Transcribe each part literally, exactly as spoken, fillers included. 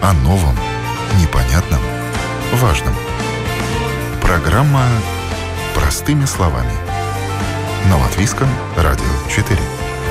О новом, непонятном, важном. Программа «Простыми словами» на Латвийском радио четыре.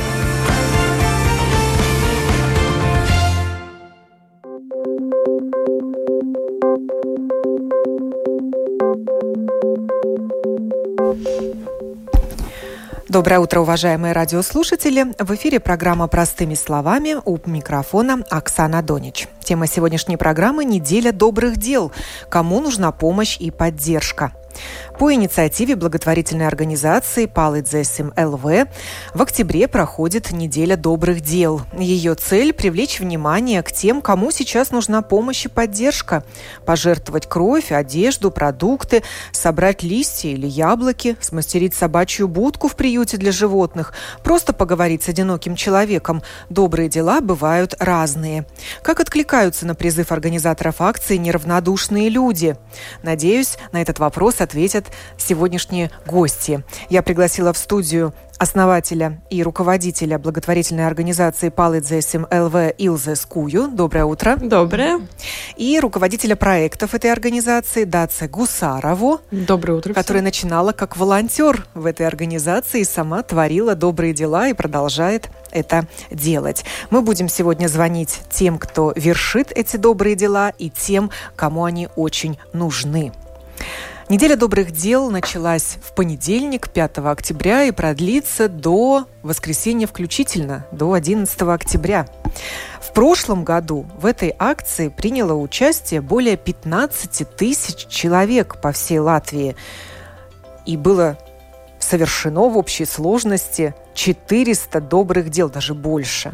Доброе утро, уважаемые радиослушатели. В эфире программа «Простыми словами», у микрофона Оксана Донич. Тема сегодняшней программы – «Неделя добрых дел». Кому нужна помощь и поддержка? По инициативе благотворительной организации Palīdzēsim эл ви в октябре проходит Неделя добрых дел. Ее цель – привлечь внимание к тем, кому сейчас нужна помощь и поддержка. Пожертвовать кровь, одежду, продукты, собрать листья или яблоки, смастерить собачью будку в приюте для животных, просто поговорить с одиноким человеком. Добрые дела бывают разные. Как откликаются на призыв организаторов акции неравнодушные люди? Надеюсь, на этот вопрос ответят сегодняшние гости. Я пригласила в студию основателя и руководителя благотворительной организации Palīdzēsim эл ви Илзе Скую. Доброе утро. Доброе. И руководителя проектов этой организации Даце Гусарову. Доброе утро. Которая начинала как волонтер в этой организации и сама творила добрые дела и продолжает это делать. Мы будем сегодня звонить тем, кто вершит эти добрые дела, и тем, кому они очень нужны. Неделя добрых дел началась в понедельник, пятого октября, и продлится до воскресенья включительно, до одиннадцатого октября. В прошлом году в этой акции приняло участие более пятнадцать тысяч человек по всей Латвии. И было совершено в общей сложности четыреста добрых дел, даже больше.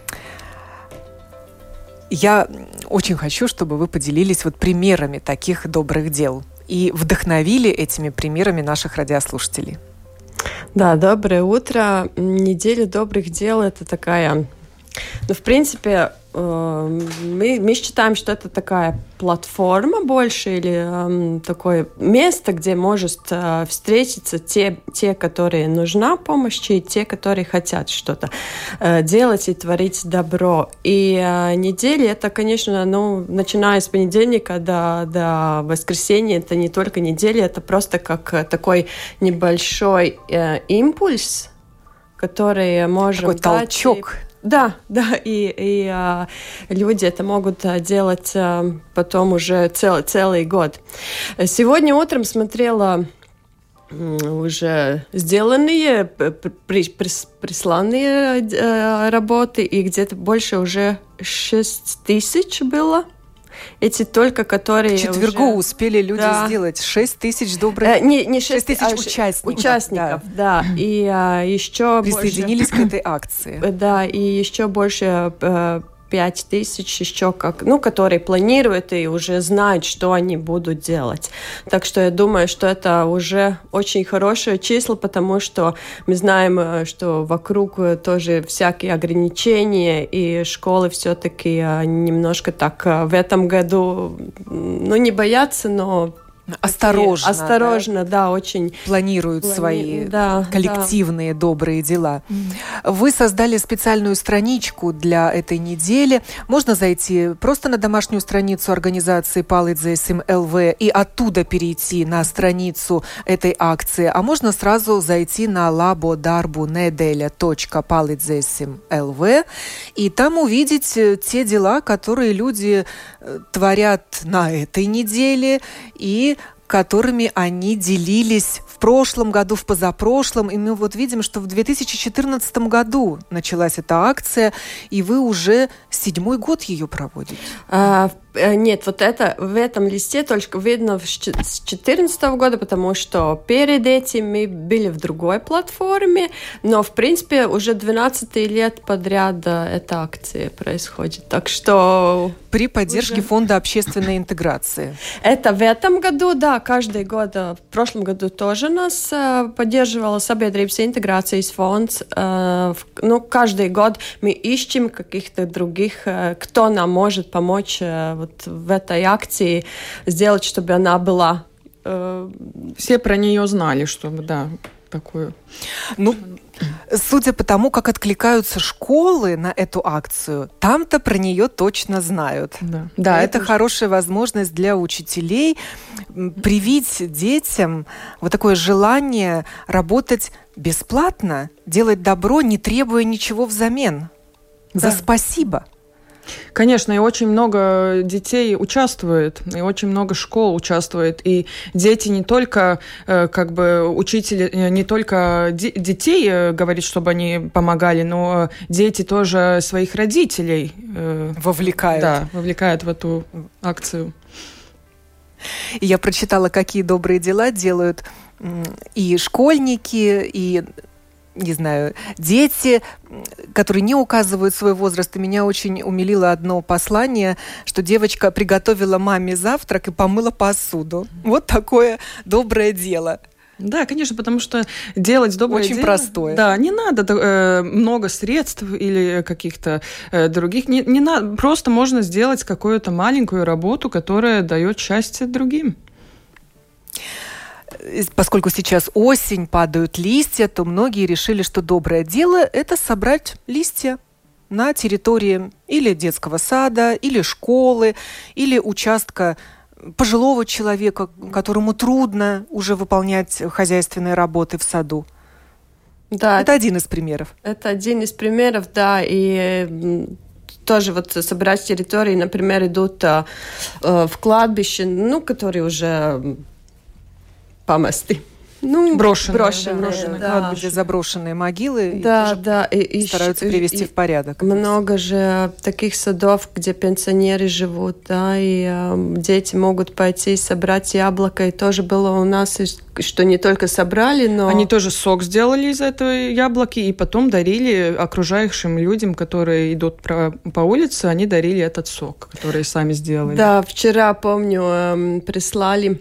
Я очень хочу, чтобы вы поделились вот примерами таких добрых дел и вдохновили этими примерами наших радиослушателей. Да, доброе утро. Неделя добрых дел – это такая... Ну, в принципе, э, мы, мы считаем, что это такая платформа больше или э, такое место, где может э, встретиться те, те, которые нужна помощь, и те, которые хотят что-то э, делать и творить добро. И э, неделя – это, конечно, ну, начиная с понедельника до, до воскресенья, это не только неделя, это просто как такой небольшой э, импульс, который можем такой дать... толчок. Да, да, и, и а, люди это могут а, делать а, потом уже цел, целый год. Сегодня утром смотрела уже сделанные, при, при, присланные а, работы, и где-то больше уже шесть тысяч было. Эти только, которые К четвергу уже... успели люди да. сделать шесть тысяч добрых... Э, не, не шесть тысяч а, участников. Участников, да. да. И а, еще присоединились больше... к этой акции. Да, и еще больше... Э, пять тысяч еще как, ну, которые планируют и уже знают, что они будут делать. Так что я думаю, что это уже очень хорошее число, потому что мы знаем, что вокруг тоже всякие ограничения, и школы все-таки немножко так в этом году, ну, не боятся, но Осторожно, осторожно, да, да очень планируют плани... свои да, коллективные да. добрые дела. Mm. Вы создали специальную страничку для этой недели. Можно зайти просто на домашнюю страницу организации Palīdzēsim эл ви и оттуда перейти на страницу этой акции, а можно сразу зайти на labo darbu nedeļa точка palīdzēsim точка эл ви и там увидеть те дела, которые люди творят на этой неделе и которыми они делились в прошлом году, в позапрошлом. И мы вот видим, что в две тысячи четырнадцатом году началась эта акция, и вы уже седьмой год ее проводите. А, нет, вот это в этом листе только видно с две тысячи четырнадцатого года, потому что перед этим мы были в другой платформе, но, в принципе, уже двенадцать лет подряд эта акция происходит. Так что... При поддержке уже... Фонда общественной интеграции. Это в этом году, да, каждый год. В прошлом году тоже нас поддерживала Sabiedrības интегрācijas фонд. Ну, каждый год мы ищем каких-то других, кто нам может помочь вот в этой акции сделать, чтобы она была. Все про нее знали, чтобы, да, такое. Ну, судя по тому, как откликаются школы на эту акцию, там-то про нее точно знают. Да. Да, это, это хорошая возможность для учителей привить детям вот такое желание работать бесплатно, делать добро, не требуя ничего взамен. Да. За спасибо. Конечно, и очень много детей участвует, и очень много школ участвует, и дети не только, как бы, учители, не только де- детей говорят, чтобы они помогали, но дети тоже своих родителей вовлекают. Да, вовлекают в эту акцию. И я прочитала, какие добрые дела делают и школьники, и не знаю, дети, которые не указывают свой возраст. И меня очень умилило одно послание, что девочка приготовила маме завтрак и помыла посуду. Вот такое доброе дело. Да, конечно, потому что делать доброе очень дело... Очень простое. Да, не надо э, много средств или каких-то э, других. Не, не надо, просто можно сделать какую-то маленькую работу, которая дает счастье другим. Поскольку сейчас осень, падают листья, то многие решили, что доброе дело – это собрать листья на территории или детского сада, или школы, или участка пожилого человека, которому трудно уже выполнять хозяйственные работы в саду. Да, это один из примеров. Это один из примеров, да, и тоже вот собирать территории, например, идут э, в кладбище, ну, которые уже помосты. Ну, брошенные, брошенные, брошенные да. Кладбище, заброшенные могилы. Да, да. И, стараются и, привести и, в порядок. Много же таких садов, где пенсионеры живут, да, и э, дети могут пойти собрать яблоко. И тоже было у нас, что не только собрали, но... Они тоже сок сделали из этой яблоки и потом дарили окружающим людям, которые идут про, по улице, они дарили этот сок, который сами сделали. Да, вчера, помню, э, прислали...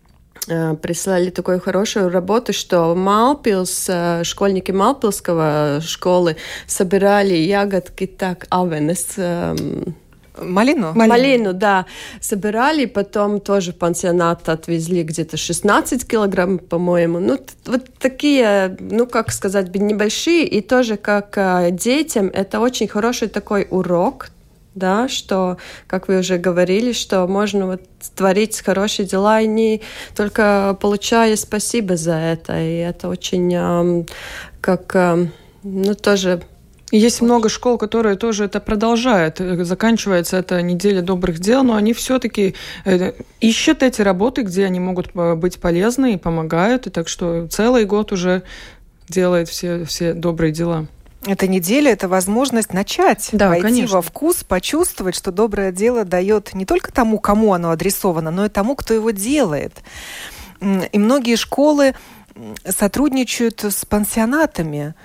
прислали такую хорошую работу, что Малпилс, школьники Малпилского школы собирали ягодки так авенес. Малину? Малину? Малину, да. Собирали, потом тоже в пансионат отвезли где-то шестнадцать килограмм, по-моему. Ну, вот такие, ну, как сказать, небольшие, и тоже как детям это очень хороший такой урок, да, что, как вы уже говорили, что можно вот творить хорошие дела, и не только получая спасибо за это. И это очень, как, ну, тоже... Есть много школ, которые тоже это продолжают. Заканчивается эта неделя добрых дел, но они все-таки ищут эти работы, где они могут быть полезны и помогают. И так что целый год уже делают все, все добрые дела. Эта неделя – это возможность начать, да, войти конечно. во вкус, почувствовать, что доброе дело дает не только тому, кому оно адресовано, но и тому, кто его делает. И многие школы сотрудничают с пансионатами,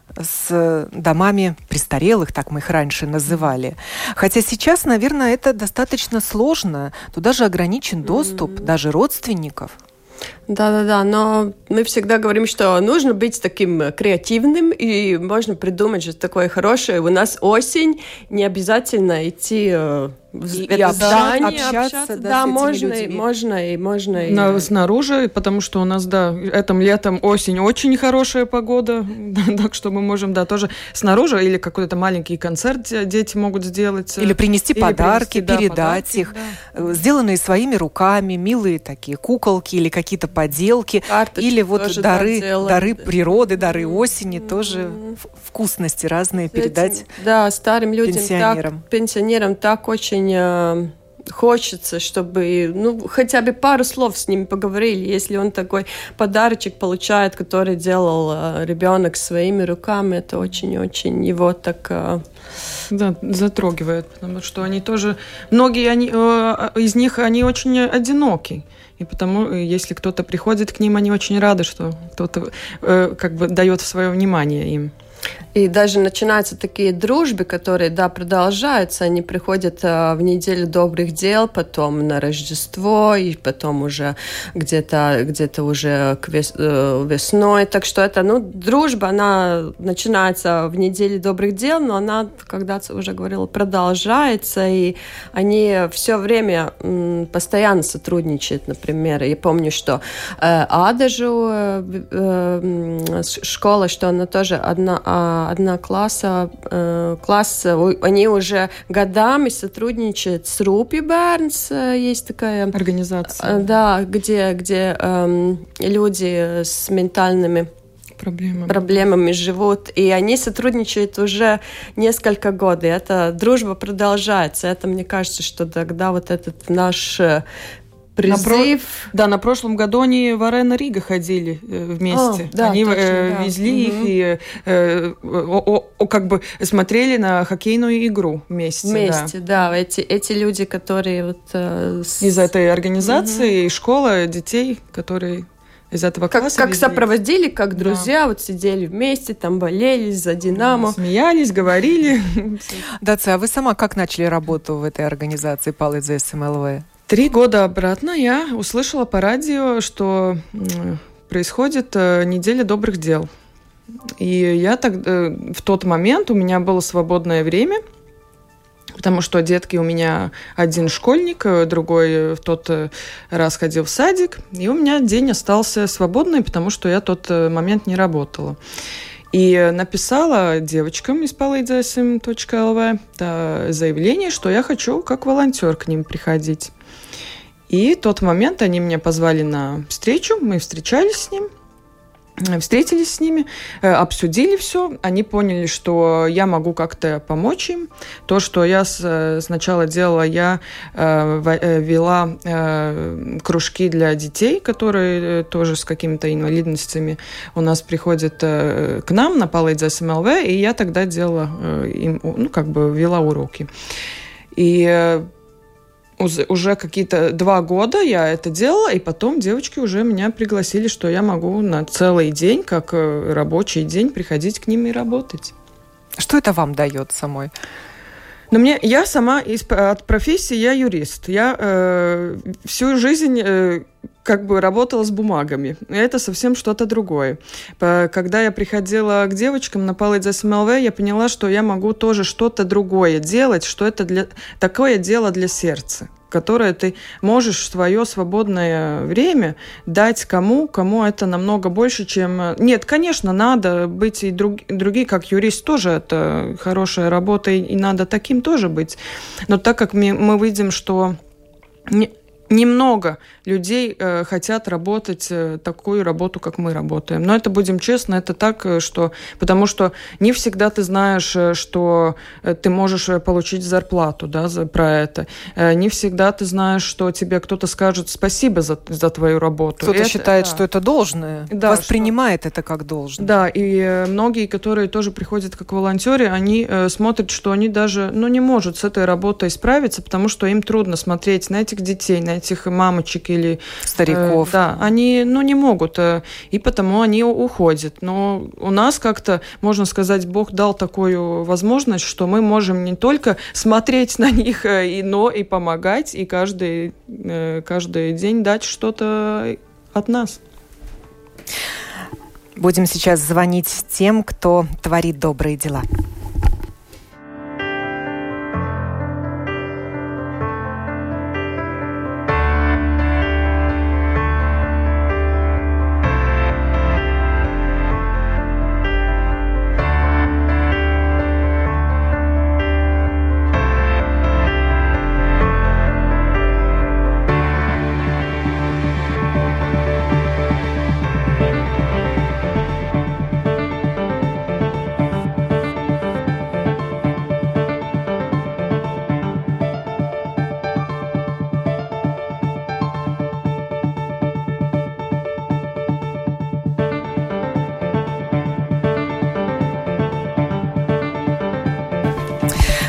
с домами престарелых, так мы их раньше называли. Хотя сейчас, наверное, это достаточно сложно. Туда же ограничен доступ mm-hmm. даже родственников. Да-да-да, но мы всегда говорим, что нужно быть таким креативным, и можно придумать что-то такое хорошее. У нас осень, не обязательно идти в и, это и здание, общаться, общаться. Да, да можно, и, можно и можно. И... На, снаружи, потому что у нас, да, этим летом осень очень хорошая погода, так что мы можем, да, тоже снаружи или какой-то маленький концерт дети могут сделать. Или принести или подарки, принести, передать да, подарки, их, да. Сделанные своими руками, милые такие куколки или какие-то поделки, карточки или вот дары, дары природы, дары mm-hmm. осени, mm-hmm. тоже вкусности разные передать да, старым людям, пенсионерам. Так, пенсионерам так очень э, хочется, чтобы ну, хотя бы пару слов с ними поговорили, если он такой подарочек получает, который делал э, ребенок своими руками, это очень-очень его так... Э, Да, затрогивает, потому что они тоже... Многие они, э, из них, они очень одиноки. И потому, если кто-то приходит к ним, они очень рады, что кто-то э, как бы дает свое внимание им. И даже начинаются такие дружбы, которые, да, продолжаются. Они приходят в неделю добрых дел, потом на Рождество, и потом уже где-то, где-то уже к вес, весной. Так что это, ну, дружба, она начинается в неделе добрых дел, но она, когда ты уже говорила, продолжается, и они все время м, постоянно сотрудничают, например. Я помню, что э, Адажу э, э, школа, что она тоже одна одна класса, э, класс, они уже годами сотрудничают с Рупи Бернс, есть такая организация, э, да, где, где э, люди с ментальными проблемами. проблемами живут, и они сотрудничают уже несколько год, и эта дружба продолжается. Это, мне кажется, что тогда вот этот наш призыв... На про... Да, на прошлом году они в Арена Рига ходили э, вместе. О, да, они точно, э, да. везли угу. их и э, о, о, как бы смотрели на хоккейную игру вместе. Вместе, да. да. Эти, эти люди, которые вот... Э, с... Из этой организации, угу. и школа детей, которые... из этого класса Как, как везли. сопроводили, как друзья, да. вот сидели вместе, там болели за «Динамо». Смеялись, говорили. Даца, а вы сама как начали работу в этой организации Palīdzēsim эс эм эл вэ? Три года обратно я услышала по радио, что происходит неделя добрых дел. И я так, в тот момент у меня было свободное время, потому что детки у меня один школьник, другой в тот раз ходил в садик, и у меня день остался свободный, потому что я в тот момент не работала. И написала девочкам из palīdzēsim точка эл ви заявление, что я хочу как волонтер к ним приходить. И в тот момент они меня позвали на встречу, мы встречались с ним, встретились с ними, обсудили все, они поняли, что я могу как-то помочь им. То, что я сначала делала, я вела кружки для детей, которые тоже с какими-то инвалидностями у нас приходят к нам на Palīdzēsim эл ви, и я тогда делала им, ну, как бы вела уроки. И уже какие-то два года я это делала, и потом девочки уже меня пригласили, что я могу на целый день, как рабочий день, приходить к ним и работать. Что это вам дает самой? Но мне, я сама из, от профессии, я юрист. Я э, всю жизнь э, как бы работала с бумагами. Это совсем что-то другое. Когда я приходила к девочкам на Palīdzēsim эл ви, я поняла, что я могу тоже что-то другое делать, что это для, такое дело для сердца, которое ты можешь в свое свободное время дать кому, кому это намного больше, чем... Нет, конечно, надо быть и друг... другие, как юрист, тоже это хорошая работа, и, и надо таким тоже быть. Но так как мы, мы видим, что... Не... Немного людей э, хотят работать э, такую работу, как мы работаем. Но это, будем честны, это так, что... Потому что не всегда ты знаешь, что ты можешь получить зарплату, да, за, про это. Э, не всегда ты знаешь, что тебе кто-то скажет спасибо за, за твою работу. Кто-то это, считает, да. что это должное, да, воспринимает что... это как должное. Да, и э, многие, которые тоже приходят как волонтеры, они э, смотрят, что они даже ну, не могут с этой работой справиться, потому что им трудно смотреть на этих детей, на этих мамочек или стариков. Э, да, они ну, не могут, э, и потому они уходят. Но у нас как-то, можно сказать, Бог дал такую возможность, что мы можем не только смотреть на них, э, но и помогать, и каждый, э, каждый день дать что-то от нас. Будем сейчас звонить тем, кто творит добрые дела.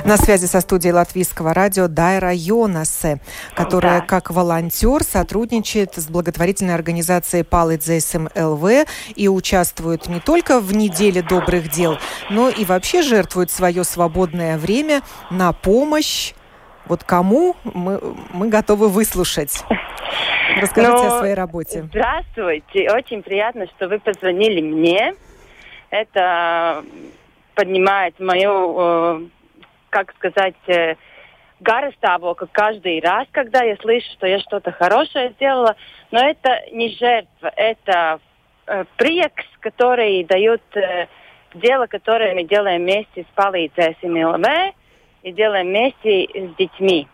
На связи со студией Латвийского радио Дайра Йонасе, которая да. как волонтер сотрудничает с благотворительной организацией Palīdzēsim эл ви и участвует не только в неделе добрых дел, но и вообще жертвует свое свободное время на помощь. Вот кому мы, мы готовы выслушать. Расскажите ну, о своей работе. Здравствуйте. Очень приятно, что вы позвонили мне. Это поднимает мою, как сказать, гарасtāvokli каждый раз, когда я слышу, что я что-то хорошее сделала. Но это не жертва, это приекс, который дает дело, которое мы делаем вместе с Palīdzēsim эл ви и делаем вместе с детьми.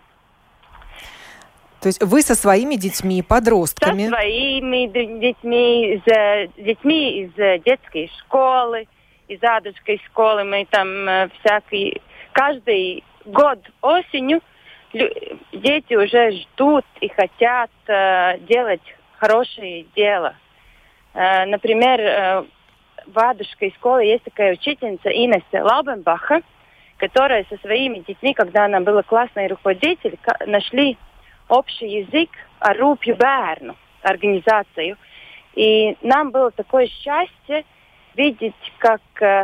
То есть вы со своими детьми, подростками? Со своими детьми, с детьми из детской школы, из адовской школы. Мы там всякие... Каждый год осенью дети уже ждут и хотят делать хорошее дело. Например, в адовской школе есть такая учительница Инесса Лаубенбаха, которая со своими детьми, когда она была классной руководителем, нашли общий язык Рūpju bērnu организацию. И нам было такое счастье видеть, как э,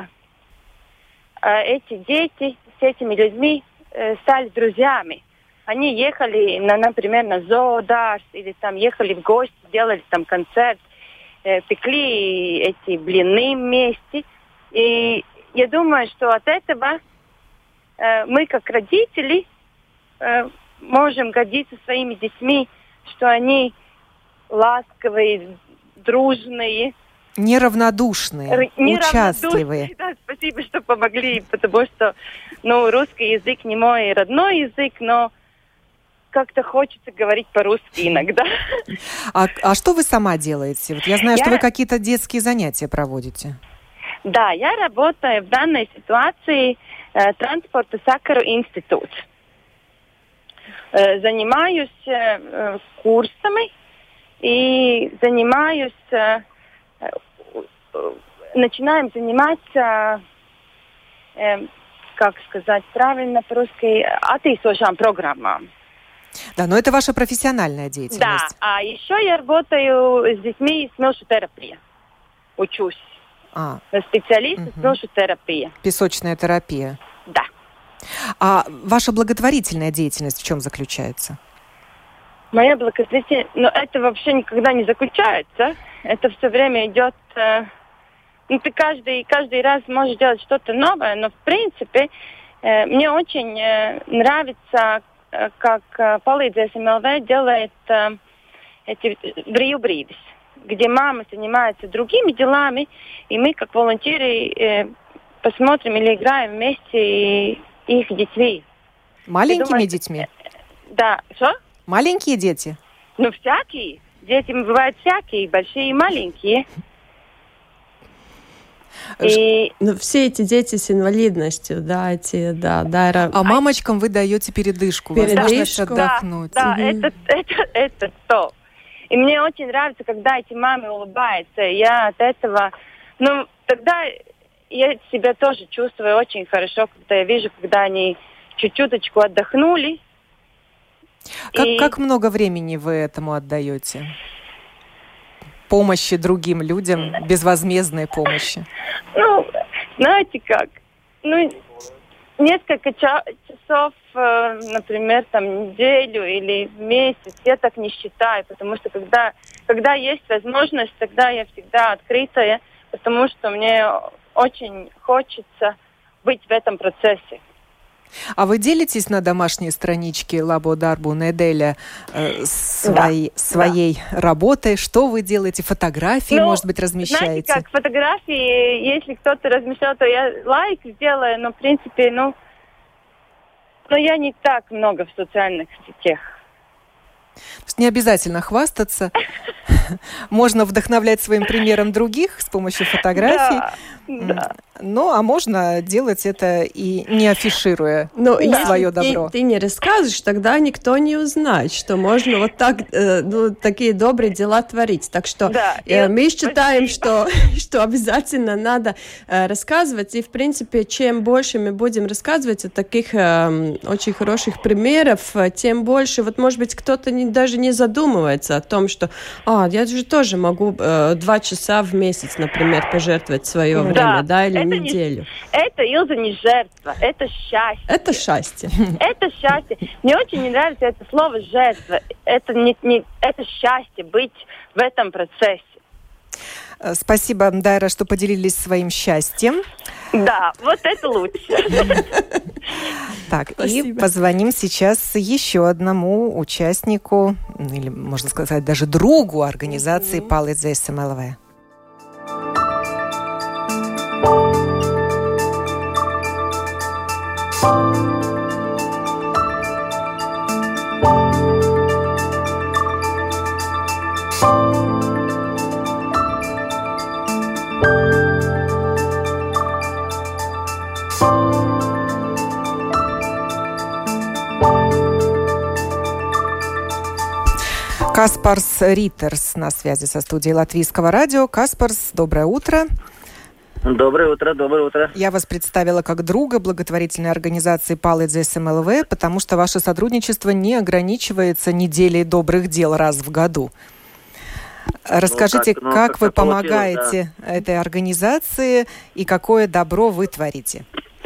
э, эти дети с этими людьми э, стали друзьями. Они ехали, на, например, на зоодārstu или там ехали в гости, делали там концерт, э, пекли эти блины вместе. И я думаю, что от этого э, мы, как родители, э, можем гордиться своими детьми, что они ласковые, дружные. Неравнодушные, участливые. Да, спасибо, что помогли, потому что ну, русский язык не мой родной язык, но как-то хочется говорить по-русски иногда. А, а что вы сама делаете? Вот я знаю, я... что вы какие-то детские занятия проводите. Да, я работаю в данной ситуации э, Транспорта Сакару институт. Занимаюсь э, курсами и занимаюсь, э, э, начинаем заниматься, э, как сказать правильно по-русски, attīstošām программām. Да, но это ваша профессиональная деятельность. Да, а еще я работаю с детьми с милшотерапией. Учусь. А. Специалист угу. с милшотерапией. Песочная терапия. Да. А ваша благотворительная деятельность в чем заключается? Моя благотворительность... Ну, это вообще никогда не заключается. Это все время идет... Э, ну, ты каждый, каждый раз можешь делать что-то новое, но, в принципе, э, мне очень э, нравится, э, как э, Palīdzēsim эл ви делает э, эти brīvbrīdis, где мама занимается другими делами, и мы, как волонтеры, э, посмотрим или играем вместе и их детьми. Маленькими думаю, детьми? Да. Что? Маленькие дети? Ну, всякие. Дети бывают всякие, большие и маленькие. И... Ну, все эти дети с инвалидностью, да, эти, да, да. А мамочкам вы даете передышку, передышку. возможность отдохнуть. Да, да, угу. это, это, это то. И мне очень нравится, когда эти мамы улыбаются. Я от этого... Ну, тогда... Я себя тоже чувствую очень хорошо, когда я вижу, когда они чуть-чуточку отдохнули. Как, и... как много времени вы этому отдаете? Помощи другим людям, безвозмездной помощи? Ну, знаете как? Ну, несколько ча- часов, э, например, там, неделю или месяц, я так не считаю, потому что когда, когда есть возможность, тогда я всегда открытая, потому что мне... очень хочется быть в этом процессе. А вы делитесь на домашней страничке Labo darbu nedēļa э, своей, да, своей да. работой? Что вы делаете? Фотографии, ну, может быть, размещаете? Знаете, как фотографии, если кто-то размещал, то я лайк сделаю, но, в принципе, ну, но я не так много в социальных сетях. Не обязательно хвастаться. можно вдохновлять своим примером других с помощью фотографий. Да, да. Ну, а можно делать это и не афишируя Но свое если добро. Ты, ты не расскажешь, тогда никто не узнает, что можно вот так э, ну, такие добрые дела творить. Так что Да, э, мы спасибо. считаем, что, что обязательно надо э, рассказывать. И, в принципе, чем больше мы будем рассказывать о таких э, очень хороших примеров, тем больше, вот, может быть, кто-то не, даже не задумывается о том, что а, я же тоже могу э, два часа в месяц, например, пожертвовать свое Да, время, да, или это неделю. Не, это, Илза, не жертва, это счастье. Это счастье. Это счастье. Мне очень не нравится это слово «жертва». Это, не, не, это счастье быть в этом процессе. Спасибо, Дайра, что поделились своим счастьем. Да, вот это лучше. Так, Спасибо. и позвоним сейчас еще одному участнику, или, можно сказать, даже другу организации «Palīdzēsim эл ви». Каспарс Ритерс на связи со студией Латвийского радио. Каспарс, доброе утро. Доброе утро, доброе утро. Я вас представила как друга благотворительной организации «Palīdzēsim эл ви», потому что ваше сотрудничество не ограничивается неделей добрых дел раз в году. Расскажите, ну, так, ну, как как вы да. помогаете этой организации и какое добро вы творите?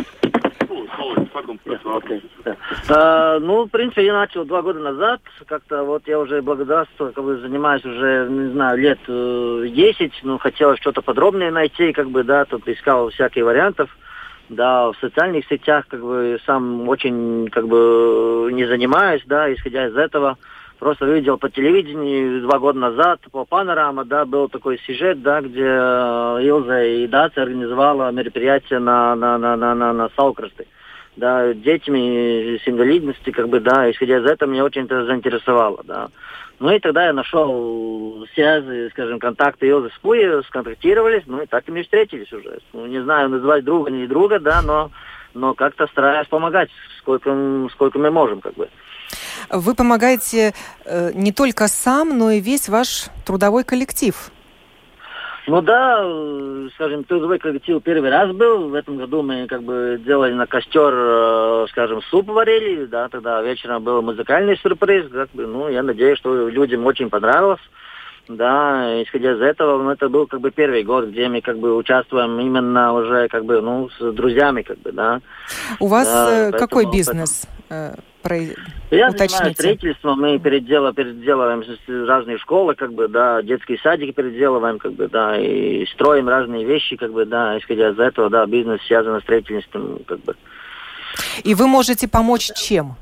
Okay. Да. А, ну, в принципе, я начал два года назад. Как-то вот я уже благодарствую, как бы занимаюсь уже, не знаю, лет э, десять. Ну, хотелось что-то подробное найти, как бы, да, тут искал всякие вариантов. Да, в социальных сетях, как бы, сам очень, как бы, не занимаюсь, да, исходя из этого. Просто видел по телевидению два года назад, по панорама, да, был такой сюжет, да, где Илза и Даци организовала мероприятие на, на, на, на, на, на Саукрасты. Да, детьми с инвалидностью, как бы, да, исходя из этого, меня очень это заинтересовало, да. Ну и тогда я нашел связи, скажем, контакты Илзы с Пуей, сконтактировались, ну и так и мы встретились уже. Ну, не знаю, называть друга, не друга, да, но, но как-то стараюсь помогать, сколько, сколько мы можем, как бы. Вы помогаете э, не только сам, но и весь ваш трудовой коллектив. Ну да, скажем, трудовой коллектив первый раз был. В этом году мы как бы делали на костер, скажем, суп варили, да, тогда вечером был музыкальный сюрприз, как бы, ну, я надеюсь, что людям очень понравилось. Да, исходя из этого, ну, это был как бы первый год, где мы как бы участвуем именно уже как бы, ну, с друзьями, как бы, да. У вас да, какой поэтому, бизнес? Поэтому... Про... Я Уточните. занимаюсь строительством, мы переделываем, переделываем разные школы, как бы, да, детские садики переделываем, как бы, да, и строим разные вещи, как бы, да, исходя из этого, да, бизнес связан с строительством, как бы. И вы можете помочь чем?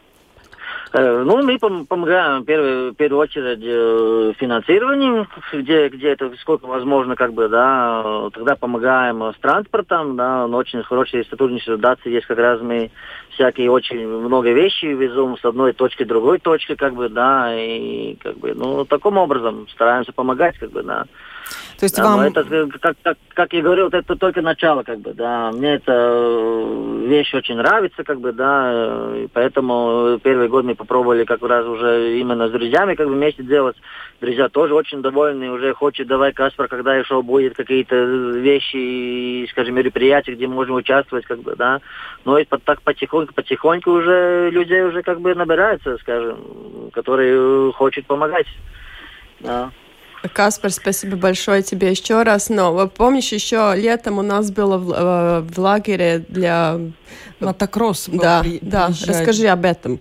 Ну, мы помогаем в первую, в первую очередь финансированием, где, где это сколько возможно, как бы, да, тогда помогаем с транспортом, да, но очень хорошие сотрудничество с Дацией есть, как раз мы всякие очень много вещей везем с одной точки к другой точке, как бы, да, и как бы, ну, таким образом стараемся помогать, как бы, да. То есть да, вам... это, как, как, как я говорил, это только начало, как бы, да. Мне эта вещь очень нравится, как бы, да, и поэтому первый год мы попробовали как раз уже именно с друзьями, как бы, вместе делать. Друзья тоже очень довольны, уже хочет, давай, Каспар, когда еще будет какие-то вещи, скажем, мероприятия, где мы можем участвовать, как бы, да. Но и так потихоньку, потихоньку уже людей уже, как бы, набирается, скажем, которые хотят помогать, да. Каспар, спасибо большое тебе еще раз. Но вы помнишь, еще летом у нас было в, э, в лагере для... Латакросс. Да, да. Расскажи об этом.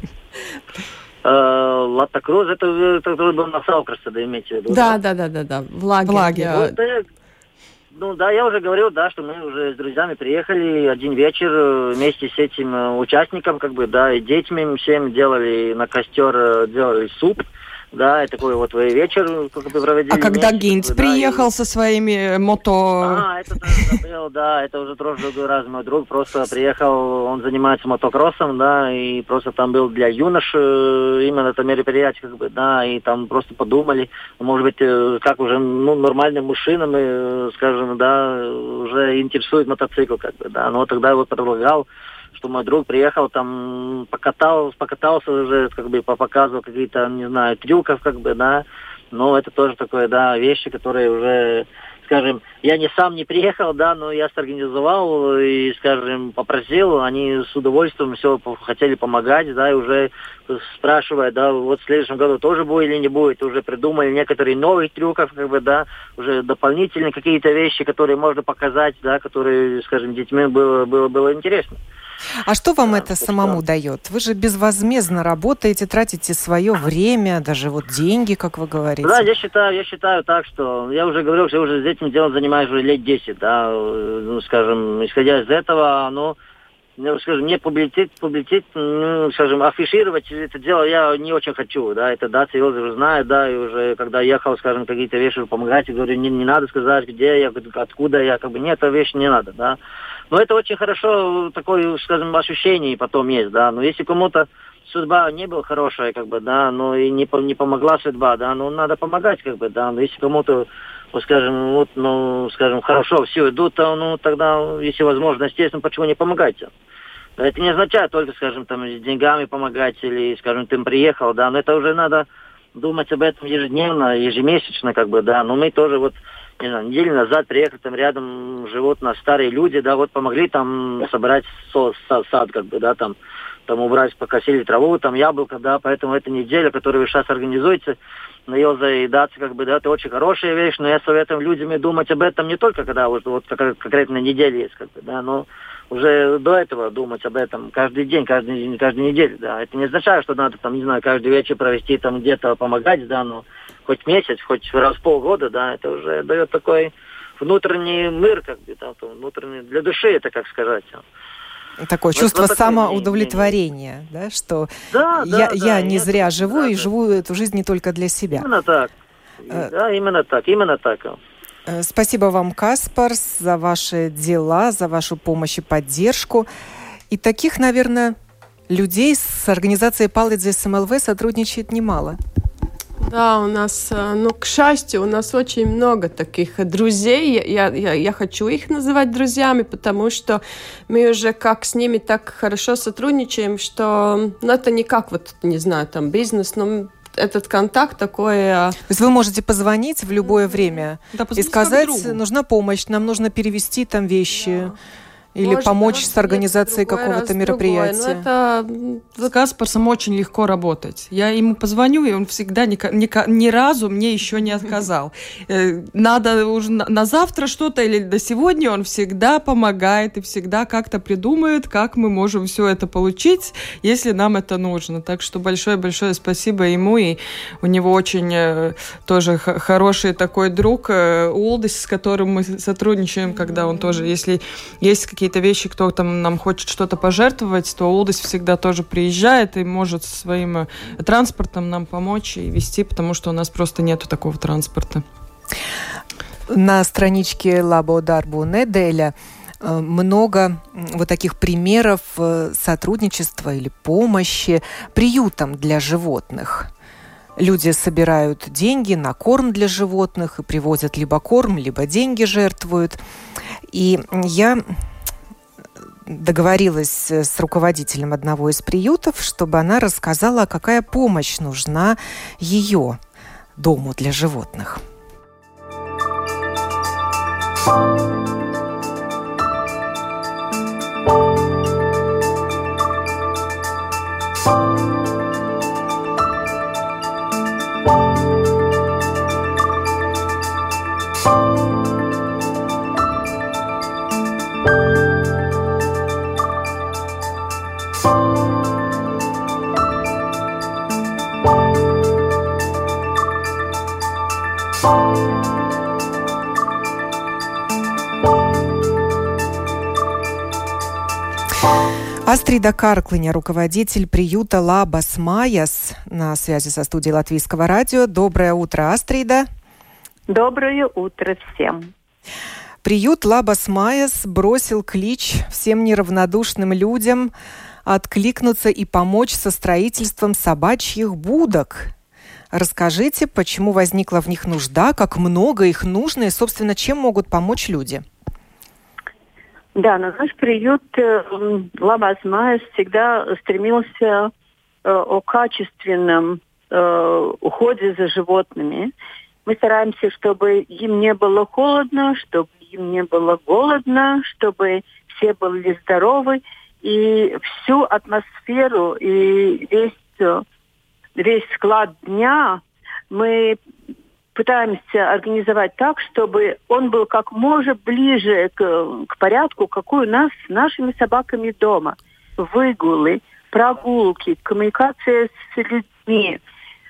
Латакросс, это, это был на Саукрасте, да, имеете в виду? Да, да, да, да, да. В лагере. В лагере. Вот, да, ну да, я уже говорил, да, что мы уже с друзьями приехали один вечер вместе с этим участником, как бы, да, и детьми всем делали на костер, делали суп. Да, и такой вот вечер как бы проводили. А когда вместе, Гинц как бы, приехал да, и... со своими мото... А, это тоже был, да, это уже тоже другой раз. Мой друг просто приехал, он занимается мотокроссом, да, и просто там был для юнош именно это мероприятие, как бы, да, и там просто подумали, может быть, как уже, ну, нормальным мужчинам, скажем, да, уже интересует мотоцикл, как бы, да, но тогда его предлагал, что мой друг приехал, там, покатал, покатался уже, как бы, показывал какие-то, не знаю, трюков, как бы, да, но это тоже такое, да, вещи, которые уже, скажем, я не сам не приехал, да, но я сорганизовал и, скажем, попросил, они с удовольствием все хотели помогать, да, и уже спрашивая, да, вот в следующем году тоже будет или не будет, уже придумали некоторые новые трюков, как бы, да, уже дополнительные какие-то вещи, которые можно показать, да, которые, скажем, детьми было, было, было интересно. А что вам да, это самому что? дает? Вы же безвозмездно работаете, тратите свое время, даже вот деньги, как вы говорите. Да, я считаю, я считаю так, что я уже говорил, что я уже этим делом занимаюсь уже лет десять, да, ну, скажем, исходя из этого, ну, ну, скажем, мне публицить, публицить, ну, скажем, афишировать это дело я не очень хочу, да, это, да, серьезно уже знаю, да, и уже, когда ехал, скажем, какие-то вещи помогать, я говорю, не, не надо сказать, где я, откуда я, как бы, нет, эта вещь не надо, да. Но это очень хорошо, такое, скажем, ощущение потом есть, да, но если кому-то судьба не была хорошая, как бы, да, но и не, не помогла судьба, да, ну, надо помогать, как бы, да, но если кому-то, вот, скажем, вот, ну, скажем, хорошо, все идут, то, ну, тогда, если возможно, естественно, почему не помогайте? Это не означает только, скажем, там, с деньгами помогать или, скажем, ты приехал, да, но это уже надо думать об этом ежедневно, ежемесячно, как бы, да, но мы тоже вот, не знаю, неделю назад приехали, там рядом живут нас старые люди, да, вот помогли там собрать со, со, сад, как бы, да, там, там убрать, покосили траву, там яблоко, да, поэтому эта неделя, которую вы сейчас организуете, на ее заедаться, как бы, да, это очень хорошая вещь, но я советую людям думать об этом не только когда вот, вот конкретно неделя есть, как бы, да, но уже до этого думать об этом каждый день, каждый день, каждую неделю, да. Это не означает, что надо там, не знаю, каждый вечер провести там где-то помогать, да, но хоть месяц, хоть раз в полгода, да, это уже дает такой внутренний мир, как бы, да, внутренний, для души это, как сказать. Такое вот, чувство вот самоудовлетворения, не, не, не. да, что да, я, да, я да, не нет, зря живу да, и да. живу эту жизнь не только для себя. Именно так. А... Да, именно так, именно так. Спасибо вам, Каспар, за ваши дела, за вашу помощь и поддержку. И таких, наверное, людей с организацией Palīdzi эс эм эл ви сотрудничает немало. Да, у нас, ну, к счастью, у нас очень много таких друзей. Я, я, я хочу их называть друзьями, потому что мы уже как с ними так хорошо сотрудничаем, что, ну, это не как, вот, не знаю, там, бизнес, но этот контакт такой... То есть вы можете позвонить в любое время да, и сказать, нужна помощь, нам нужно перевести там вещи... Да. Или может, помочь с организацией какого-то мероприятия. Это... С Каспарсом очень легко работать. Я ему позвоню, и он всегда ни, ни, ни разу мне еще не отказал. Надо уже на, на завтра что-то или до сегодня, он всегда помогает и всегда как-то придумает, как мы можем все это получить, если нам это нужно. Так что большое-большое спасибо ему. И у него очень тоже хороший такой друг Улдис, с которым мы сотрудничаем, когда он тоже, если есть какие-то какие-то вещи, кто там нам хочет что-то пожертвовать, то Улдис всегда тоже приезжает и может своим транспортом нам помочь и везти, потому что у нас просто нету такого транспорта. На страничке Labo darbu nedēļa много вот таких примеров сотрудничества или помощи приютам для животных. Люди собирают деньги на корм для животных и привозят либо корм, либо деньги жертвуют. И я договорилась с руководителем одного из приютов, чтобы она рассказала, какая помощь нужна ее дому для животных. Астрида Карклиня, руководитель приюта Лабас Майас, на связи со студией Латвийского радио. Доброе утро, Астрида. Доброе утро всем. Приют Лабас Майас бросил клич всем неравнодушным людям откликнуться и помочь со строительством собачьих будок. Расскажите, почему возникла в них нужда, как много их нужно и, собственно, чем могут помочь люди? Да, но наш приют Лабас Майас всегда стремился э, о качественном э, уходе за животными. Мы стараемся, чтобы им не было холодно, чтобы им не было голодно, чтобы все были здоровы. И всю атмосферу и весь, весь склад дня мы пытаемся организовать так, чтобы он был как можно ближе к, к порядку, какой у нас с нашими собаками дома. Выгулы, прогулки, коммуникация с людьми,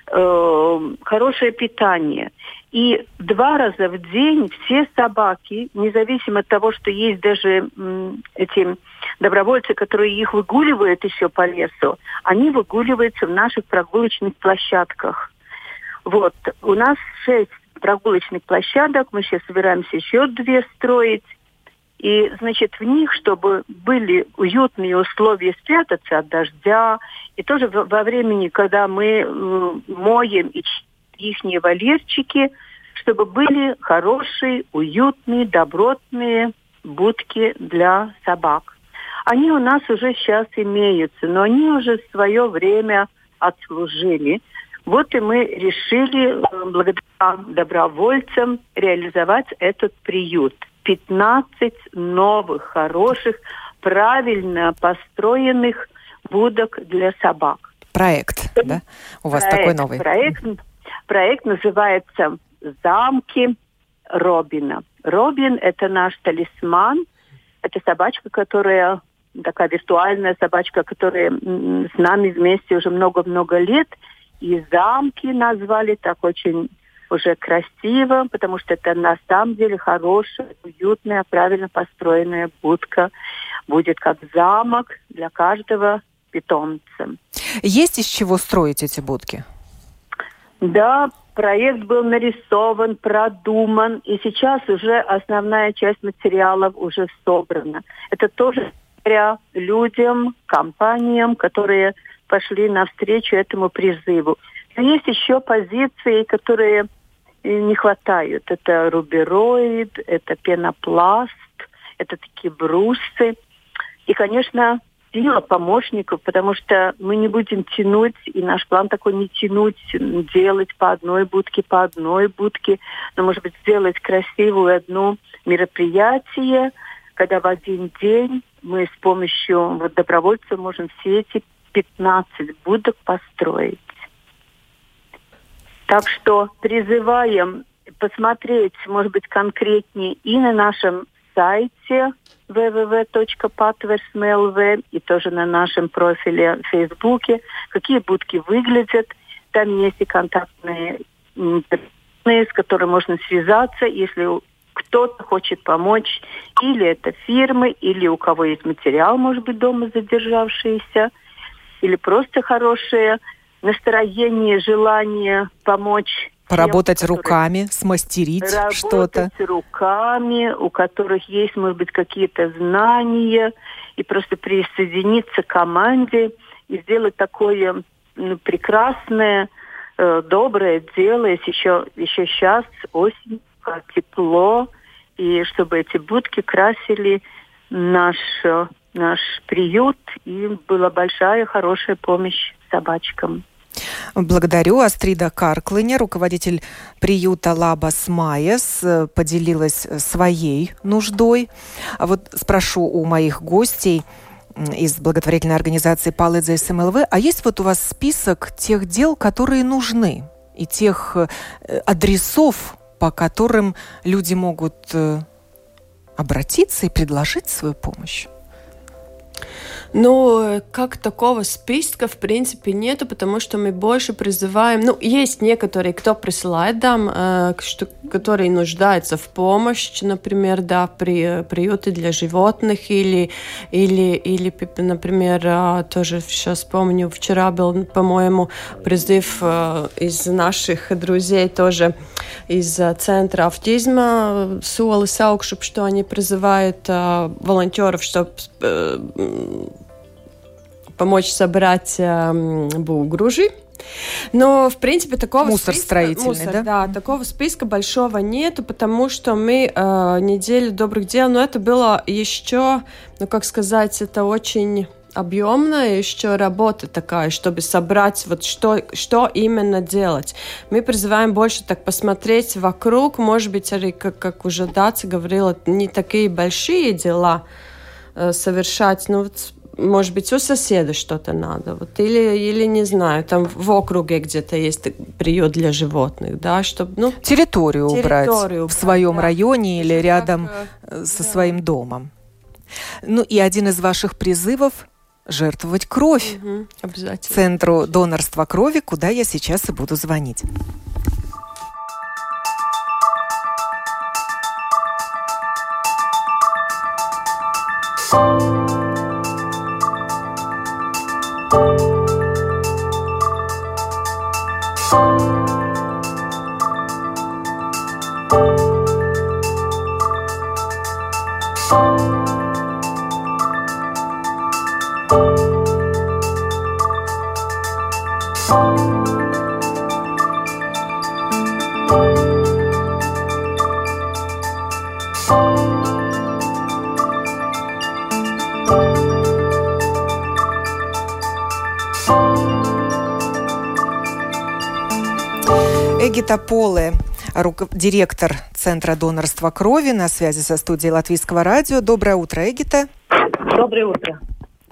э, хорошее питание. И два раза в день все собаки, независимо от того, что есть даже м, эти добровольцы, которые их выгуливают еще по лесу, они выгуливаются в наших прогулочных площадках. Вот, у нас шесть прогулочных площадок, мы сейчас собираемся еще две строить. И, значит, в них, чтобы были уютные условия спрятаться от дождя, и тоже во, во времени, когда мы э, моем и их вольерчики, чтобы были хорошие, уютные, добротные будки для собак. Они у нас уже сейчас имеются, но они уже свое время отслужили. Вот и мы решили, благодаря добровольцам, реализовать этот приют. пятнадцать новых, хороших, правильно построенных будок для собак. Проект, да? У вас проект, такой новый. Проект, проект называется «Замки Робина». Робин – это наш талисман. Это собачка, которая, такая виртуальная собачка, которая с нами вместе уже много-много лет. И замки назвали так очень уже красиво, потому что это на самом деле хорошая, уютная, правильно построенная будка. Будет как замок для каждого питомца. Есть из чего строить эти будки? Да, проект был нарисован, продуман, и сейчас уже основная часть материалов уже собрана. Это тоже благодаря людям, компаниям, которые пошли навстречу этому призыву. Но есть еще позиции, которые не хватают. Это рубероид, это пенопласт, это такие брусы. И, конечно, сила помощников, потому что мы не будем тянуть, и наш план такой не тянуть, делать по одной будке, по одной будке, но, может быть, сделать красивую одно мероприятие, когда в один день мы с помощью вот, добровольцев можем все эти пятнадцать будок построить. Так что призываем посмотреть, может быть, конкретнее и на нашем сайте дабл ю дабл ю дабл ю точка патверс точка эл ви и тоже на нашем профиле в Фейсбуке, какие будки выглядят. Там есть и контактные, с которыми можно связаться, если кто-то хочет помочь. Или это фирмы, или у кого есть материал, может быть, дома задержавшийся, или просто хорошее настроение, желание помочь. Поработать тем, руками, смастерить что-то. Работать руками, у которых есть, может быть, какие-то знания, и просто присоединиться к команде и сделать такое ну, прекрасное, э, доброе дело. Если еще, еще сейчас осень, тепло, и чтобы эти будки красили наш, наш приют, и была большая, хорошая помощь собачкам. Благодарю. Астрида Карклиня, руководитель приюта Лабас Майас, поделилась своей нуждой. А вот спрошу у моих гостей из благотворительной организации Palīdzēsim эл ви, а есть вот у вас список тех дел, которые нужны, и тех адресов, по которым люди могут обратиться и предложить свою помощь? Ну, как такого списка, в принципе, нету, потому что мы больше призываем... Ну, есть некоторые, кто присылает нам, э, что, которые нуждаются в помощи, например, да, при приюты для животных, или, или, или например, э, тоже сейчас помню, вчера был, по-моему, призыв э, из наших друзей, тоже из э, Центра аутизма Соли Саукшуп, что они призывают э, волонтеров, чтобы э, помочь собрать э, бугружи. Но, в принципе, такого мусор списка... строительный, мусор, да? Да, такого списка большого нету, потому что мы э, неделю добрых дел, но это было еще, ну, как сказать, это очень объемная еще работа такая, чтобы собрать, вот что, что именно делать. Мы призываем больше так посмотреть вокруг, может быть, как, как уже Даца говорила, не такие большие дела э, совершать, но вот, может быть, у соседа что-то надо, вот, или, или, не знаю, там в округе где-то есть приют для животных, да, чтобы, ну... Территорию убрать территорию в своем да. районе или как, рядом э, со да. своим домом. Ну, и один из ваших призывов – жертвовать кровь. Угу, обязательно. Центру донорства крови, куда я сейчас и буду звонить. Эгита Поле, директор Центра донорства крови, на связи со студией Латвийского радио. Доброе утро, Эгита. Доброе утро.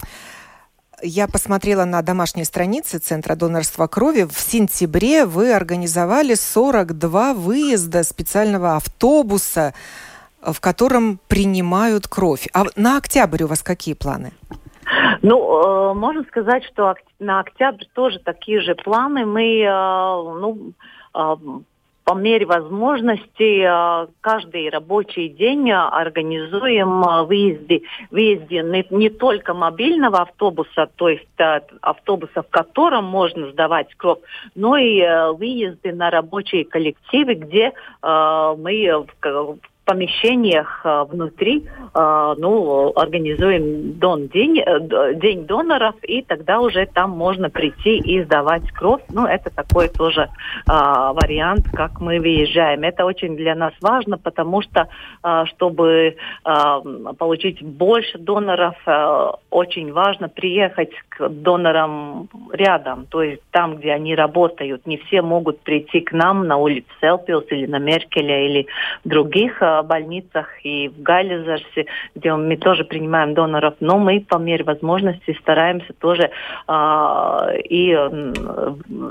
Я посмотрела на домашней странице Центра донорства крови. В сентябре вы организовали сорок два выезда специального автобуса, в котором принимают кровь. А на октябрь у вас какие планы? Ну, э, можно сказать, что на октябрь тоже такие же планы. Мы, э, ну, э, по мере возможности э, каждый рабочий день организуем э, выезды, выезды не, не только мобильного автобуса, то есть э, автобуса, в котором можно сдавать кровь, но и э, выезды на рабочие коллективы, где э, мы в В помещениях э, внутри э, ну, организуем дон, день, э, день доноров, и тогда уже там можно прийти и сдавать кровь. Ну, это такой тоже э, вариант, как мы выезжаем. Это очень для нас важно, потому что, э, чтобы э, получить больше доноров, э, очень важно приехать к донорам рядом, то есть там, где они работают. Не все могут прийти к нам на улице Селпилс или на Меркеля или других э, больницах и в Галлизерсе, где мы тоже принимаем доноров, но мы по мере возможности стараемся тоже э, и э,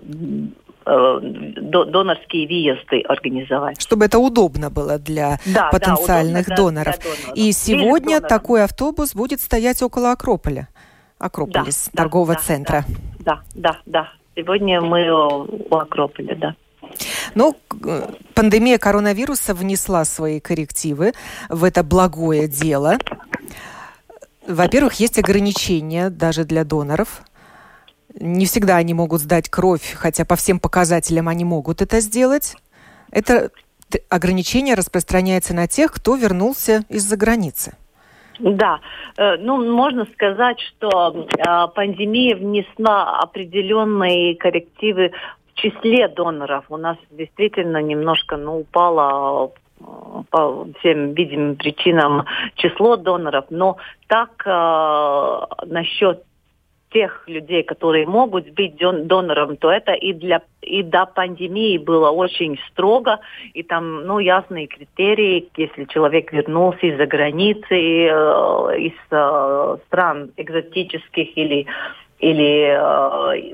э, донорские выезды организовать. Чтобы это удобно было для да, потенциальных да, доноров. Для, для доноров. И сегодня такой автобус будет стоять около Акрополя. Акрополис, да, торгового да, центра. Да, да, да. Сегодня мы у Акрополя, да. Ну, пандемия коронавируса внесла свои коррективы в это благое дело. Во-первых, есть ограничения даже для доноров. Не всегда они могут сдать кровь, хотя по всем показателям они могут это сделать. Это ограничение распространяется на тех, кто вернулся из-за границы. Да, ну, можно сказать, что пандемия внесла определенные коррективы в числе доноров. У нас действительно немножко, ну, упало по всем видимым причинам число доноров, но так э, насчет тех людей, которые могут быть донором, то это и для и до пандемии было очень строго, и там, ну, ясные критерии, если человек вернулся из-за границы, э, из э, стран экзотических или или э,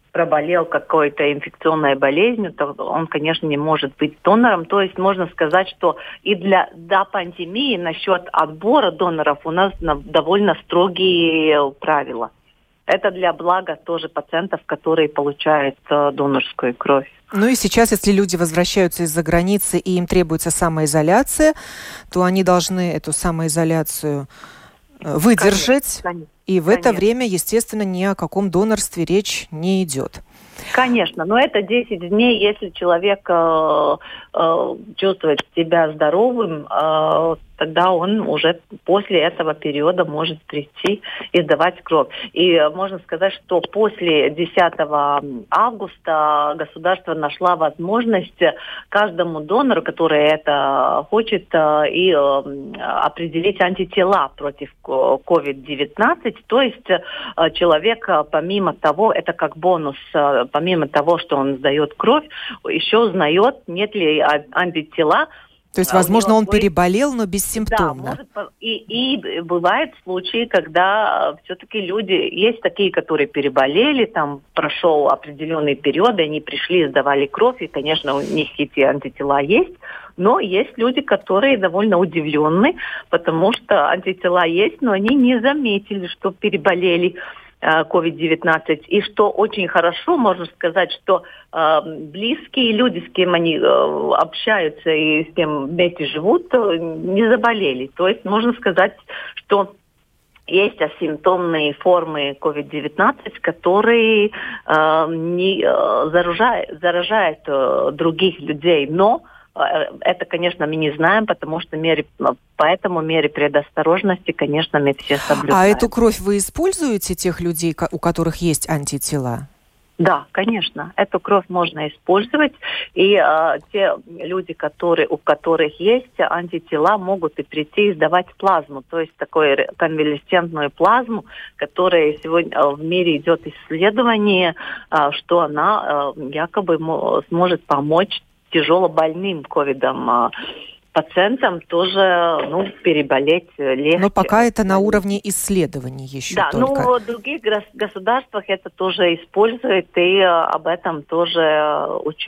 проболел какой-то инфекционной болезнью, то он, конечно, не может быть донором. То есть можно сказать, что и для до пандемии насчет отбора доноров у нас довольно строгие правила. Это для блага тоже пациентов, которые получают э, донорскую кровь. Ну и сейчас, если люди возвращаются из-за границы и им требуется самоизоляция, то они должны эту самоизоляцию выдержать. Конечно, конечно, и в конечно. Это время, естественно, ни о каком донорстве речь не идет. Конечно, но это десять дней, если человек э, э, чувствует себя здоровым, э, тогда он уже после этого периода может прийти и сдавать кровь. И э, можно сказать, что после десятого августа государство нашло возможность каждому донору, который это хочет, э, и э, определить антитела против ковид девятнадцать. То есть э, человек, помимо того, это как бонус, э, помимо того, что он сдает кровь, еще узнает, нет ли антитела. То есть, возможно, он переболел, но бессимптомно. Да, может, и, и бывают случаи, когда все-таки люди, есть такие, которые переболели, там прошел определенный период, и они пришли, сдавали кровь, и, конечно, у них эти антитела есть. Но есть люди, которые довольно удивлены, потому что антитела есть, но они не заметили, что переболели ковид девятнадцать. И что очень хорошо, можно сказать, что э, близкие люди, с кем они э, общаются и с кем вместе живут, э, не заболели. То есть можно сказать, что есть асимптомные формы ковид девятнадцать, которые э, не э, заражают, заражают э, других людей, но это, конечно, мы не знаем, потому что мере, поэтому мере предосторожности, конечно, мы все соблюдаем. А эту кровь вы используете, тех людей, у которых есть антитела? Да, конечно, эту кровь можно использовать, и э, те люди, которые, у которых есть антитела, могут и прийти и сдавать плазму, то есть такую конвалесцентную плазму, которая сегодня в мире идет исследование, э, что она э, якобы мо- сможет помочь тяжело больным ковидом пациентам тоже, ну, переболеть легче. Но пока это на уровне исследований еще да, только. Да, ну, в других государствах это тоже используют, и об этом тоже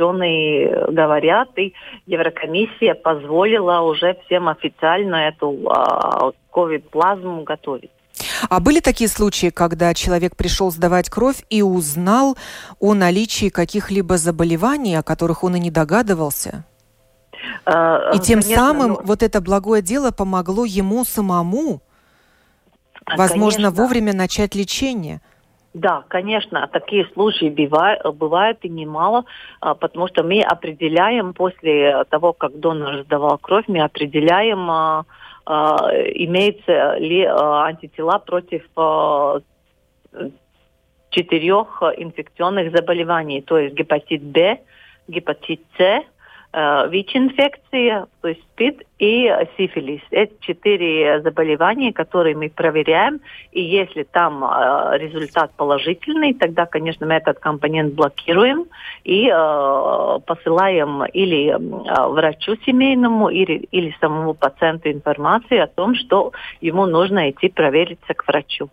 ученые говорят, и Еврокомиссия позволила уже всем официально эту ковид-плазму готовить. А были такие случаи, когда человек пришел сдавать кровь и узнал о наличии каких-либо заболеваний, о которых он и не догадывался? Э, и тем конечно, самым ну... вот это благое дело помогло ему самому, возможно, конечно. вовремя начать лечение? Да, конечно, такие случаи бывают, бывают и немало, потому что мы определяем после того, как донор сдавал кровь, мы определяем, имеются ли антитела против четырех инфекционных заболеваний, то есть гепатит Б, гепатит С, ВИЧ-инфекция, то есть СПИД и сифилис. Это четыре заболевания, которые мы проверяем, и если там э, результат положительный, тогда, конечно, мы этот компонент блокируем и э, посылаем или э, врачу семейному, или, или самому пациенту информацию о том, что ему нужно идти провериться к врачу.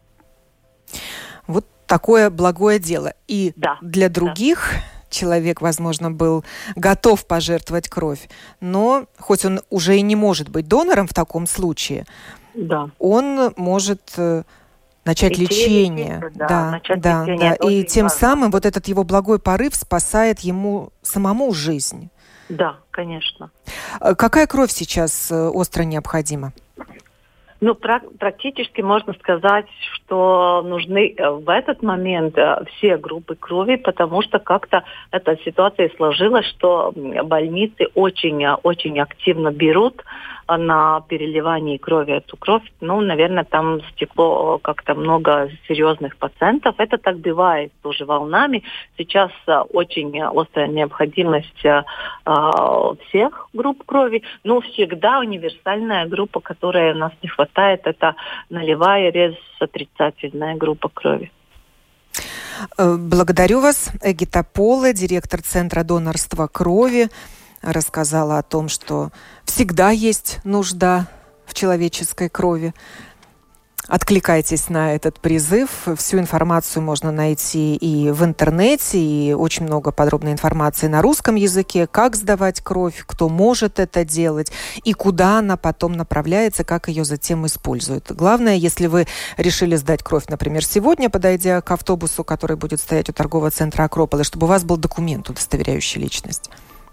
Вот такое благое дело. И да, для других... Да. Человек, возможно, был готов пожертвовать кровь, но хоть он уже и не может быть донором в таком случае, да. он может э, начать и лечение. Да, да, начать да, лечение. да. И тем важно. самым вот этот его благой порыв спасает ему самому жизнь. Да, конечно. Какая кровь сейчас остро необходима? Ну, практически можно сказать, что нужны в этот момент все группы крови, потому что как-то эта ситуация сложилась, что больницы очень-очень активно берут на переливании крови эту кровь. Ну, наверное, там стекло как-то много серьезных пациентов. Это так бывает тоже волнами. Сейчас очень острая необходимость э, всех групп крови. Но всегда универсальная группа, которая у нас не хватает, это нулевая резус-отрицательная группа крови. Благодарю вас. Эгита Поле, директор Центра донорства крови, рассказала о том, что всегда есть нужда в человеческой крови. Откликайтесь на этот призыв. Всю информацию можно найти и в интернете, и очень много подробной информации на русском языке, как сдавать кровь, кто может это делать, и куда она потом направляется, как ее затем используют. Главное, если вы решили сдать кровь, например, сегодня, подойдя к автобусу, который будет стоять у торгового центра «Акрополя», чтобы у вас был документ, удостоверяющий личность.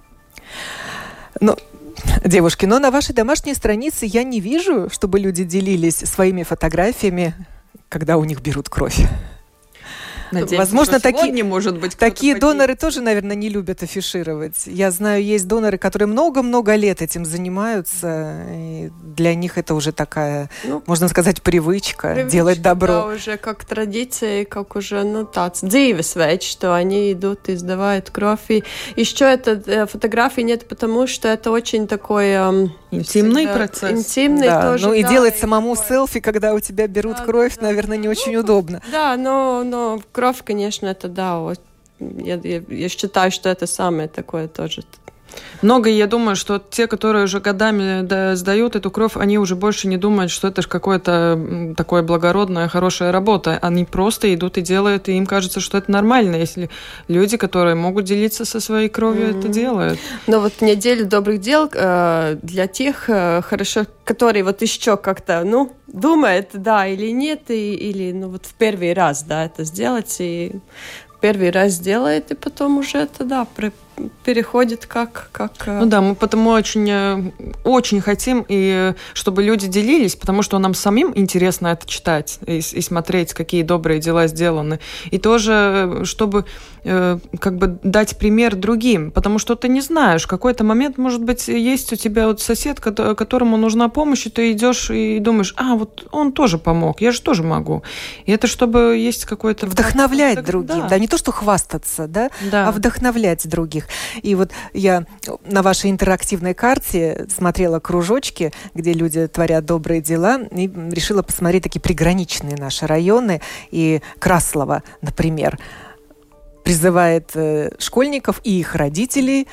Но... Девушки, но на вашей домашней странице я не вижу, чтобы люди делились своими фотографиями, когда у них берут кровь. Надеемся, возможно, что таки, может быть, такие поделится. Доноры тоже, наверное, не любят афишировать. Я знаю, есть доноры, которые много-много лет этим занимаются. И для них это уже такая, ну, можно сказать, привычка, привычка делать добро. Да, уже как традиция, как уже, ну, tāds dzīvesveids, что они идут и сдавают кровь. И еще это фотографии нет, потому что это очень такой... Интимный всегда, процесс. Интимный да, тоже, ну и да, делать и самому такой... селфи, когда у тебя берут да, кровь, да, наверное, да. не ну, очень удобно. Да, но, но кровь, конечно, это да. Вот, я, я, я считаю, что это самое такое тоже. Много, я думаю, что те, которые уже годами да, сдают эту кровь, они уже больше не думают, что это же какое-то такое благородная, хорошая работа. Они просто идут и делают, и им кажется, что это нормально, если люди, которые могут делиться со своей кровью, mm-hmm. это делают. Но вот неделя добрых дел э, для тех, э, хорошо, которые вот еще как-то, ну, думают, да или нет, и, или, ну, вот в первый раз, да, это сделать, и первый раз сделает, и потом уже это, да, при переходит как... как ну да, мы потому очень, очень хотим, и чтобы люди делились, потому что нам самим интересно это читать и, и смотреть, какие добрые дела сделаны. И тоже, чтобы э, как бы дать пример другим, потому что ты не знаешь, в какой-то момент, может быть, есть у тебя вот сосед, которому нужна помощь, и ты идешь и думаешь, а, вот он тоже помог, я же тоже могу. И это чтобы есть какой-то... Вдохновлять другим, да. да, не то, что хвастаться, да, да, а вдохновлять других. И вот я на вашей интерактивной карте смотрела кружочки, где люди творят добрые дела, и решила посмотреть такие приграничные наши районы. И Краслова, например, призывает школьников и их родителей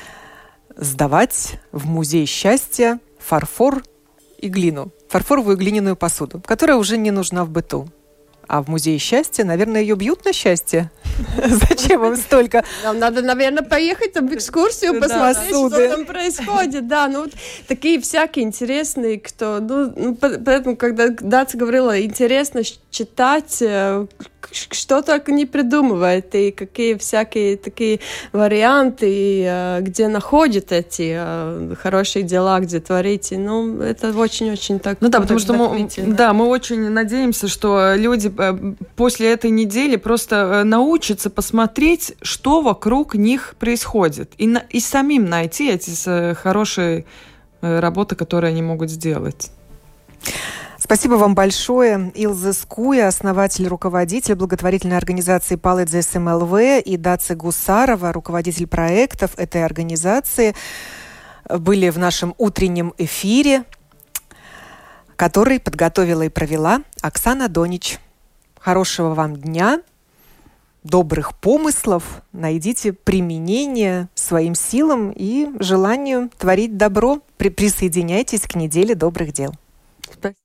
сдавать в музей счастья фарфор и глину, фарфоровую и глиняную посуду, которая уже не нужна в быту. А в музее счастья, наверное, ее бьют на счастье. Зачем им столько? Нам надо, наверное, поехать там в экскурсию, посмотреть, что там происходит. Да, ну вот такие всякие интересные, кто... Ну, ну поэтому, когда Даца говорила, интересно читать, что только не придумывает, и какие всякие такие варианты, и где находят эти хорошие дела, где творите. Ну, это очень-очень так... Ну да, потому что мы, да, мы очень надеемся, что люди после этой недели просто научатся посмотреть, что вокруг них происходит, и, на, и самим найти эти хорошие работы, которые они могут сделать. Спасибо вам большое. Илза Скуя, основатель, руководитель благотворительной организации Palīdzēsim эс эм эл вэ, и Даца Гусарова, руководитель проектов этой организации, были в нашем утреннем эфире, который подготовила и провела Оксана Донич. Хорошего вам дня, добрых помыслов, найдите применение своим силам и желанию творить добро. При- присоединяйтесь к неделе добрых дел. Спасибо.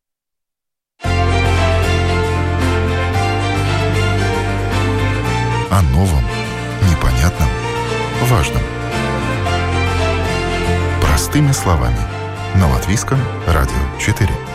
О новом, непонятном, важном. Простыми словами. На Латвийском радио четыре.